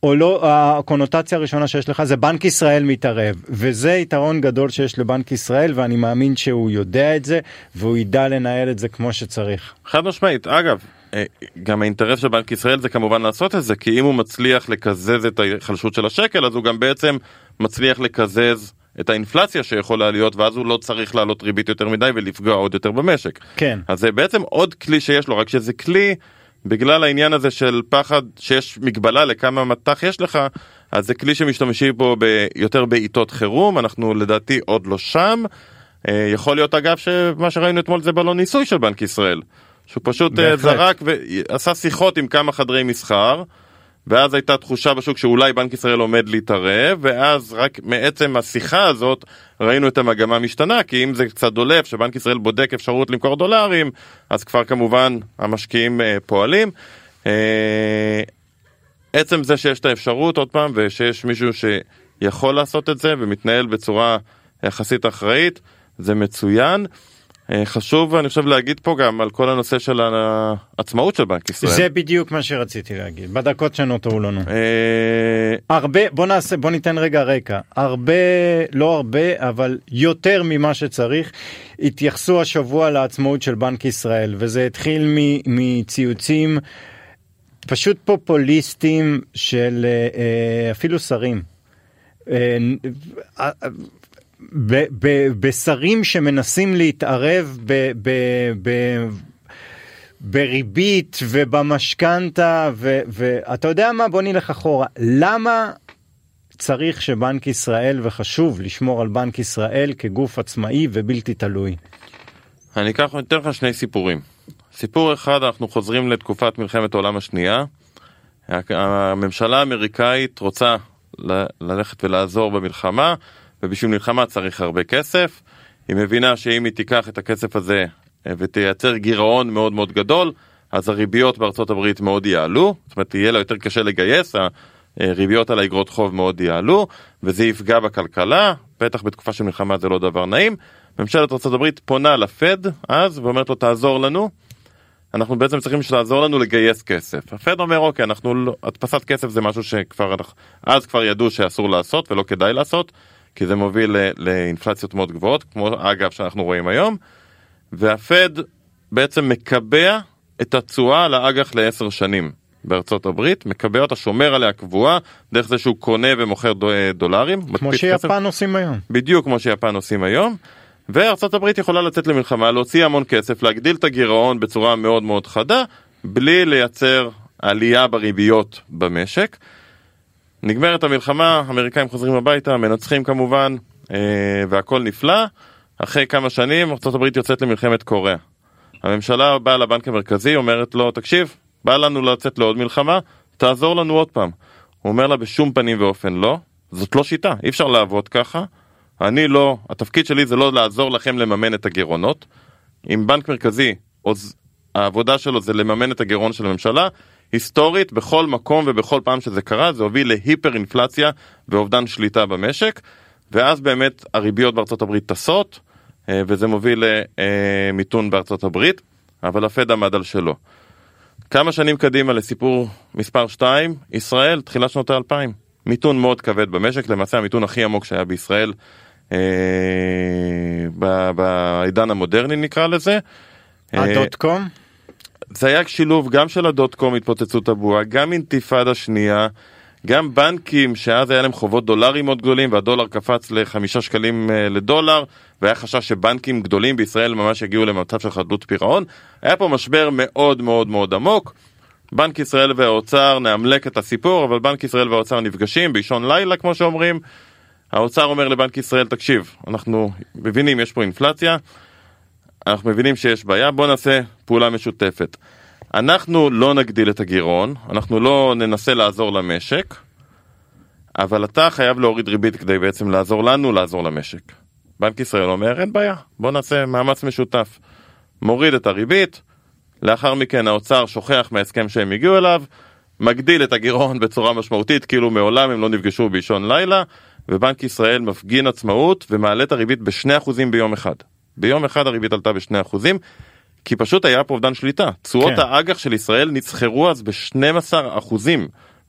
או לא, הקונוטציה הראשונה שיש לך זה בנק ישראל מתערב, וזה יתרון גדול שיש לבנק ישראל, ואני מאמין שהוא יודע את זה, והוא ידע לנהל את זה כמו שצריך. חד משמעית, אגב, גם האינטרס של בנק ישראל זה כמובן לעשות את זה, כי אם הוא מצליח לקזז את ההיחלשות של השקל, אז הוא גם בעצם מצליח לקזז את האינפלציה שיכולה להיות, ואז הוא לא צריך לעלות ריבית יותר מדי ולפגוע עוד יותר במשק. כן. אז זה בעצם עוד כלי שיש לו, רק שזה כלי, בגלל העניין הזה של פחד שיש מגבלה לכמה מטח יש לך, אז זה כלי שמשתמשים בו יותר בעיתות חירום, אנחנו לדעתי עוד לא שם. יכול להיות אגב שמה שראינו אתמול זה בלון ניסוי של בנק ישראל, שהוא פשוט זרק ועשה שיחות עם כמה חדרי מסחר, ואז הייתה תחושה בשוק שאולי בנק ישראל עומד להתערב, ואז רק מעצם השיחה הזאת ראינו את המגמה משתנה, כי אם זה קצת דולף שבנק ישראל בודק אפשרות למכור דולרים, אז כבר כמובן המשקיעים פועלים. עצם זה שיש את האפשרות עוד פעם, ושיש מישהו שיכול לעשות את זה ומתנהל בצורה יחסית אחראית, זה מצוין. חשוב, אני חושב, להגיד פה גם על כל הנושא של העצמאות של בנק ישראל. זה בדיוק מה שרציתי להגיד, בדקות שנותרו לנו. הרבה, בוא ניתן רגע רקע. הרבה, לא הרבה, אבל יותר ממה שצריך, התייחסו השבוע לעצמאות של בנק ישראל, וזה התחיל מציוצים פשוט פופוליסטים של אפילו שרים. בשרים שמנסים להתערב בריבית ובמשכנתה, ואתה יודע מה, בוא נלך אחורה. למה צריך שבנק ישראל, וחשוב לשמור על בנק ישראל כגוף עצמאי ובלתי תלוי? אני אתן לך שני סיפורים. סיפור אחד, אנחנו חוזרים לתקופת מלחמת העולם השנייה. הממשלה האמריקאית רוצה ללכת ולעזור במלחמה, ובשביל מלחמה צריך הרבה כסף. היא מבינה שאם היא תיקח את הכסף הזה ותייצר גירעון מאוד מאוד גדול, אז הריביות בארצות הברית מאוד יעלו, זאת אומרת יהיה לה יותר קשה לגייס, הריביות על האגרות חוב מאוד יעלו, וזה יפגע בכלכלה, בטח בתקופה של מלחמה זה לא דבר נעים. ממשלת ארצות הברית פונה לפד אז, ואומרת לו תעזור לנו, אנחנו בעצם צריכים לעזור לנו לגייס כסף. הפד אומר אוקיי, הדפסת כסף זה משהו שכבר, אז כבר ידעו שאסור לעשות ולא כדאי לעשות, כי זה מוביל לאינפלציות מאוד גבוהות, כמו אגב שאנחנו רואים היום, והפד בעצם מקבע את התשואה על האג"ח ל10 שנים בארצות הברית, מקבע אותה, שומר עליה קבועה, דרך זה שהוא קונה ומוכר דולרים. כמו שיפן עושים היום. בדיוק כמו שיפן עושים היום, וארצות הברית יכולה לצאת למלחמה, להוציא המון כסף, להגדיל את הגירעון בצורה מאוד מאוד חדה, בלי לייצר עלייה בריביות במשק. נגמרת המלחמה, האמריקאים חוזרים הביתה, מנצחים כמובן, והכל נפלא. אחרי כמה שנים, ארצות הברית יוצאת למלחמת קוריאה. הממשלה באה לבנק המרכזי, אומרת לו, תקשיב, בא לנו לצאת לעוד מלחמה, תעזור לנו עוד פעם. הוא אומר לה, בשום פנים ואופן לא, זאת לא שיטה, אי אפשר לעבוד ככה. אני לא, התפקיד שלי זה לא לעזור לכם לממן את הגירעונות. אם בנק מרכזי, העבודה שלו זה לממן את הגירעון של הממשלה, היסטורית, בכל מקום ובכל פעם שזה קרה, זה הוביל להיפר אינפלציה ואובדן שליטה במשק, ואז באמת הריביות בארצות הברית טסות, וזה מוביל למיתון בארצות הברית, אבל הפד עמד על שלו. כמה שנים קדימה לסיפור מספר 2, ישראל, תחילת שנות ה-2000, מיתון מאוד כבד במשק, למעשה המיתון הכי עמוק שהיה בישראל, בעידן המודרני נקרא לזה. הדוט-קום? זה היה שילוב גם של הדוט-קום, התפוצצות הבועה, גם אינתיפאדה שנייה, גם בנקים שאז היה להם חובות דולרים מאוד גדולים, והדולר קפץ ל5 שקלים לדולר, והיה חשש שבנקים גדולים בישראל ממש הגיעו למצב של חדלות פירעון. היה פה משבר מאוד מאוד מאוד עמוק. בנק ישראל והאוצר נאמלק את הסיפור, אבל בנק ישראל והאוצר נפגשים באישון לילה, כמו שאומרים. האוצר אומר לבנק ישראל, תקשיב, אנחנו מבינים, יש פה אינפלציה, אנחנו מבינים שיש בעיה, בוא נעשה פעולה משותפת. אנחנו לא נגדיל את הגירעון, אנחנו לא ננסה לעזור למשק, אבל אתה חייב להוריד ריבית כדי בעצם לעזור לנו, לעזור למשק. בנק ישראל אומר, אין בעיה, בוא נעשה מאמץ משותף. מוריד את הריבית, לאחר מכן האוצר שוכח מההסכם שהם הגיעו אליו, מגדיל את הגירעון בצורה משמעותית, כאילו מעולם הם לא נפגשו באישון לילה, ובנק ישראל מפגין עצמאות ומעלה את הריבית ב2% ביום אחד. ביום אחד הריבית עלתה ב2%, כי פשוט היה פה אובדן שליטה. תשואות האג"ח של ישראל נסחרו אז ב12%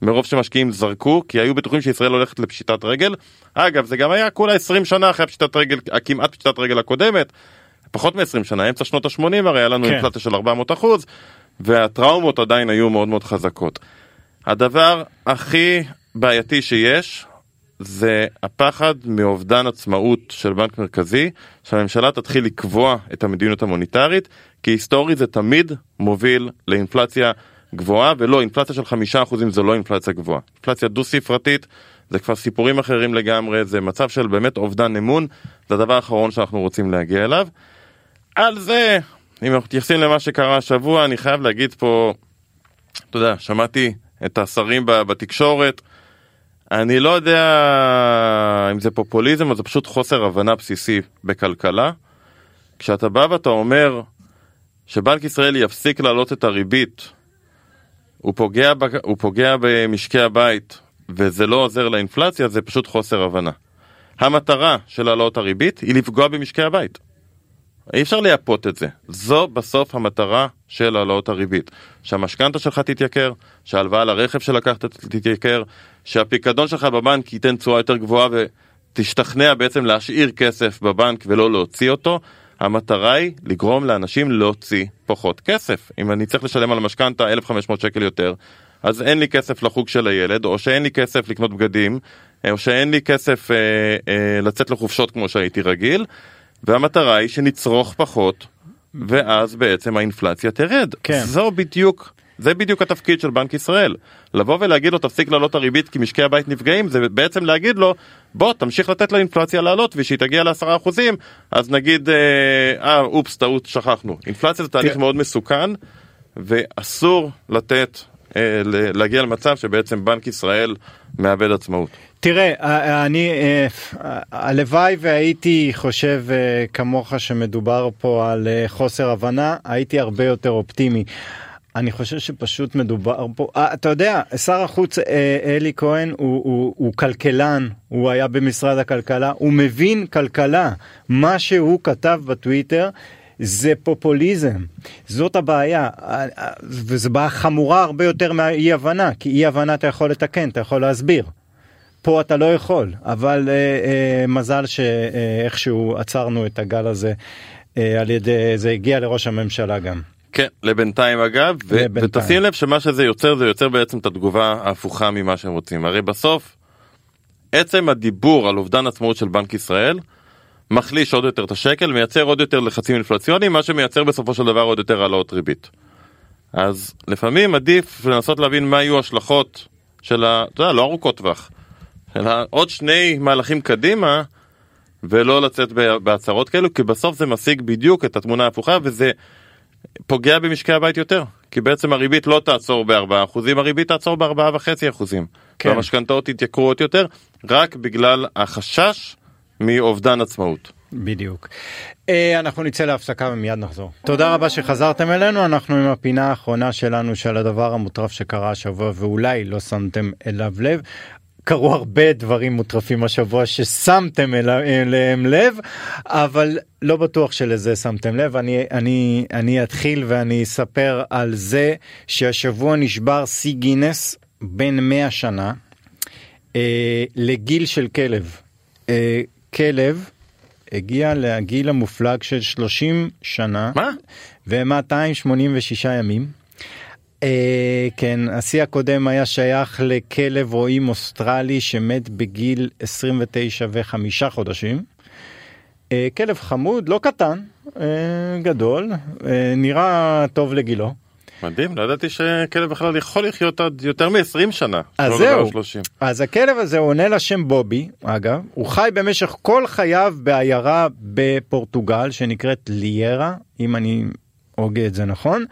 מרוב שמשקיעים זרקו, כי היו בטוחים שישראל הולכת לפשיטת רגל. אגב, זה גם היה כולה 20 שנה אחרי פשיטת רגל, כמעט פשיטת רגל הקודמת, פחות מ-20 שנה, אמצע שנות ה-80, הרי היה לנו אינפלציה של 400%, והטראומות עדיין היו מאוד מאוד חזקות. הדבר הכי בעייתי שיש, זה הפחד מאובדן עצמאות של בנק מרכזי, שהממשלה תתחיל לקבוע את המדיניות המוניטרית, כי היסטורי זה תמיד מוביל לאינפלציה גבוהה, ולא, אינפלציה של 5% זה לא אינפלציה גבוהה. אינפלציה דו-ספרתית, זה כבר סיפורים אחרים לגמרי, זה מצב של באמת אובדן אמון, זה הדבר האחרון שאנחנו רוצים להגיע אליו. על זה, אם אנחנו מתייחסים למה שקרה השבוע, אני חייב להגיד פה, אתה יודע, שמעתי את השרים בתקשורת, אני לא יודע אם זה פופוליזם או זה פשוט חוסר הבנה בסיסי בכלכלה. כשאתה בא ואתה אומר שבנק ישראל יפסיק להעלות את הריבית, הוא פוגע במשקי הבית וזה לא עוזר לאינפלציה, זה פשוט חוסר הבנה. המטרה של העלות הריבית היא לפגוע במשקי הבית. אי אפשר לייפות את זה. זו בסוף המטרה של העלות הריבית. שהמשכנתה שלך תתייקר, שההלוואה לרכב שלקחת תתייקר, שהפיקדון שלך בבנק ייתן תשואה יותר גבוהה ותשתכנע בעצם להשאיר כסף בבנק ולא להוציא אותו. המטרה היא לגרום לאנשים להוציא פחות כסף. אם אני צריך לשלם על המשכנתה 1,500 שקל יותר, אז אין לי כסף לחוג של הילד, או שאין לי כסף לקנות בגדים, או שאין לי כסף לצאת לחופשות כמו שהייתי רגיל, והמטרה היא שנצרוך פחות, ואז בעצם האינפלציה תרד. כן. זה בדיוק התפקיד של בנק ישראל. לבוא ולהגיד לו, תפסיק לעלות הריבית כי משקי הבית נפגעים, זה בעצם להגיד לו, בוא, תמשיך לתת לאינפלציה לעלות, ושהיא תגיע ל10%, אז נגיד, אופס, טעות, שכחנו. אינפלציה זה תהליך מאוד מסוכן, ואסור להגיע למצב שבעצם בנק ישראל מאבד עצמאות. תראה, הלוואי והייתי חושב כמוך שמדובר פה על חוסר הבנה, הייתי הרבה יותר אופטימי. אני חושב שפשוט מדובר פה, אתה יודע, שר החוץ אלי כהן הוא כלכלן, הוא היה במשרד הכלכלה, הוא מבין כלכלה. מה שהוא כתב בטוויטר זה פופוליזם, זאת הבעיה, וזו בעיה חמורה הרבה יותר מאי הבנה, כי אי הבנה אתה יכול לתקן, אתה יכול להסביר. פה אתה לא יכול, אבל מזל שאיכשהו עצרנו את הגל הזה, על ידי, זה הגיע לראש הממשלה גם. כן, לבינתיים אגב, ותשים לב שמה שזה יוצר, זה יוצר בעצם את התגובה ההפוכה ממה שהם רוצים. הרי בסוף, עצם הדיבור על אובדן עצמאות של בנק ישראל, מחליש עוד יותר את השקל, מייצר עוד יותר לחצים אינפלציוניים, מה שמייצר בסופו של דבר עוד יותר העלאות ריבית. אז לפעמים עדיף לנסות להבין מה יהיו השלכות של אתה יודע, לא ארוכות טווח, אלא עוד שני מהלכים קדימה, ולא לצאת בהצהרות כאלו, כי בסוף זה משיג בדיוק את התמונה ההפוכה, וזה פוגע במשקי הבית יותר, כי בעצם הריבית לא תעצור ב4%, הריבית תעצור ב4.5%. כן. והמשכנתאות יתייקרו עוד יותר, רק בגלל החשש מאובדן עצמאות. בדיוק. אנחנו נצא להפסקה ומיד נחזור. תודה רבה שחזרתם אלינו, אנחנו עם הפינה האחרונה שלנו של הדבר המוטרף שקרה השבוע, ואולי לא שמתם אליו לב. קרו הרבה דברים מוטרפים השבוע ששמתם אליהם לב, אבל לא בטוח שלזה שמתם לב. אני אתחיל ואני אספר על זה שהשבוע נשבר שיא גינס בין 100 שנה לגיל של כלב. כלב הגיע לגיל המופלג של 30 שנה. מה? ו-286 ימים. כן, השיא הקודם היה שייך לכלב רועים אוסטרלי שמת בגיל 29 ו5 חודשים. כלב חמוד, לא קטן, גדול, נראה טוב לגילו. מדהים, לא ידעתי שכלב בכלל יכול לחיות עד יותר מ-20 שנה. אז זהו, אז הכלב הזה עונה לשם בובי, אגב, הוא חי במשך כל חייו בעיירה בפורטוגל שנקראת ליארה, אם אני הוגה את זה נכון.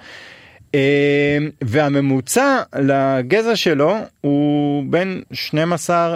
והממוצע לגזע שלו הוא בין 12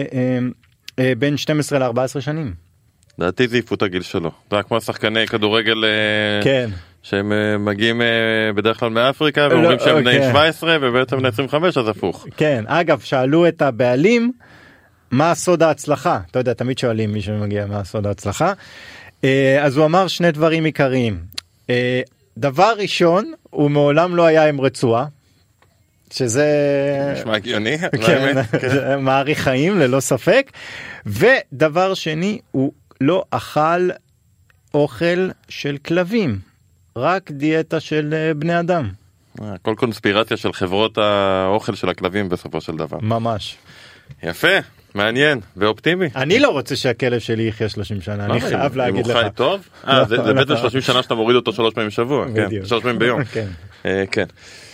ל-14 שנים. דעתי זה יפות הגיל שלו. זה כמו שחקני כדורגל כן. שהם מגיעים בדרך כלל מאפריקה ואומרים שהם בני 17 ובעצם בני 25, אז הפוך. כן, אגב, שאלו את הבעלים מה סוד ההצלחה. אתה יודע, תמיד שואלים מי שמגיע מה סוד ההצלחה. אז הוא אמר שני דברים עיקריים. דבר ראשון, הוא מעולם לא היה עם רצועה, שזה... נשמע הגיוני. כן, מעריך חיים ללא ספק. ודבר שני, הוא לא אכל אוכל של כלבים, רק דיאטה של בני אדם. כל קונספירציה של חברות האוכל של הכלבים בסופו של דבר. ממש. יפה, מעניין ואופטימי. אני לא רוצה שהכלב שלי יחיה 30 שנה, אני חייב להגיד לך. אם הוא חי טוב? זה בעצם 30 שנה שאתה מוריד אותו 3 פעמים בשבוע, 3 פעמים ביום. כן.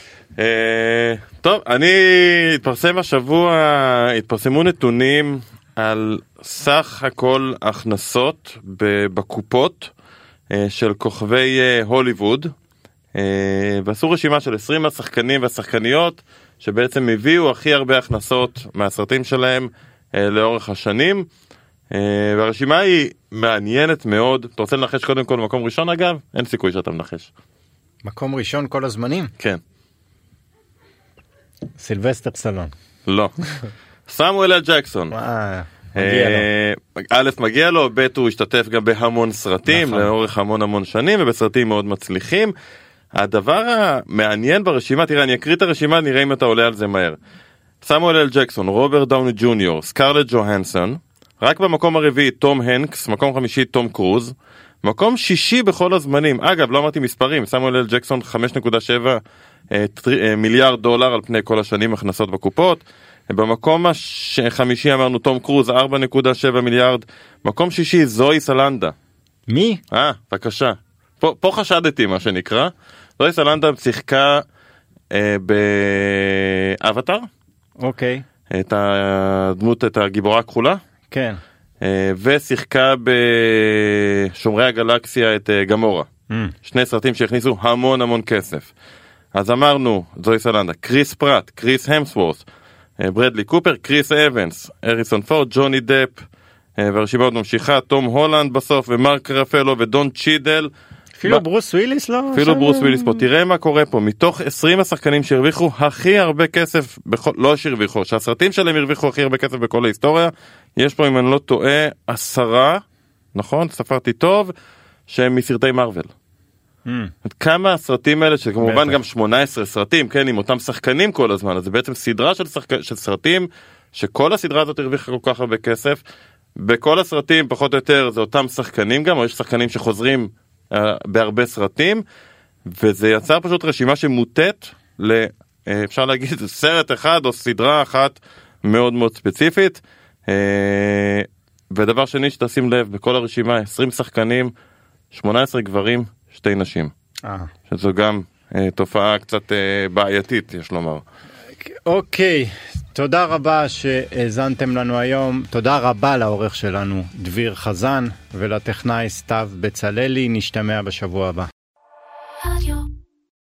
טוב, התפרסם השבוע, התפרסמו נתונים על סך הכל הכנסות בקופות של כוכבי הוליווד, ועשו רשימה של 20 השחקנים והשחקניות שבעצם הביאו הכי הרבה הכנסות מהסרטים שלהם לאורך השנים, והרשימה היא מעניינת מאוד. אתה רוצה לנחש קודם כל מקום ראשון? אגב, אין סיכוי שאתה מנחש. מקום ראשון כל הזמנים? כן. סילבסטר סטלון. לא. סמואל אל ג'קסון. א', מגיע לו, ב', הוא השתתף גם בהמון סרטים לאורך המון שנים, ובסרטים מאוד מצליחים. הדבר המעניין ברשימה, תראה, אני אקריא את הרשימה, נראה אם אתה עולה על זה מהר. סמואל אל ג'קסון, רוברט דאוני ג'וניור, סקרלט ג'והנסון, רק במקום הרביעי תום הנקס, מקום חמישי תום קרוז, מקום שישי בכל הזמנים. אגב, לא אמרתי מספרים, סמואל אל ג'קסון 5.7 מיליארד דולר על פני כל השנים הכנסות בקופות. במקום החמישי אמרנו תום קרוז 4.7 מיליארד. מקום שישי זוי סלנדה. מי? בבקשה. פה חשדתי מה שנקרא. זוי סלנדה שיחקה באבטר. אוקיי. את הדמות, את הגיבורה הכחולה. כן. ושיחקה בשומרי הגלקסיה את גמורה. שני סרטים שהכניסו המון כסף. אז אמרנו זוי סלנדה, קריס פרט, קריס המסוורת', ברדלי קופר, קריס אבנס, אריסון פורד, ג'וני דפ, והרשימה עוד ממשיכה, תום הולנד בסוף, ומרק רפלו ודון צ'ידל. אפילו ברוס וויליס לא? אפילו ברוס וויליס פה. תראה מה קורה פה, מתוך 20 השחקנים שהרוויחו הכי הרבה כסף, לא שהרוויחו, שהסרטים שלהם הרוויחו הכי הרבה כסף בכל ההיסטוריה, יש פה, אם אני לא טועה, 10, נכון? ספרתי טוב, שהם מסרטי מרוול. כמה הסרטים האלה, שכמובן גם 18 סרטים, כן, עם אותם שחקנים כל הזמן, אז זה בעצם סדרה של סרטים, שכל הסדרה הזאת הרוויחה כל כך הרבה כסף, בכל הסרטים פחות או יותר זה אותם שחקנים גם, או יש שחקנים שחוזרים בהרבה סרטים, וזה יצר פשוט רשימה שמוטט אפשר להגיד סרט אחד או סדרה אחת מאוד ספציפית. ודבר שני שתשים לב, בכל הרשימה 20 שחקנים, 18 גברים, 2 נשים. שזו גם תופעה קצת בעייתית, יש לומר. אוקיי, תודה רבה שהזנתם לנו היום. תודה רבה לעורך שלנו דביר חזן ולטכנאי סתיו בצללי. נשתמע בשבוע הבא.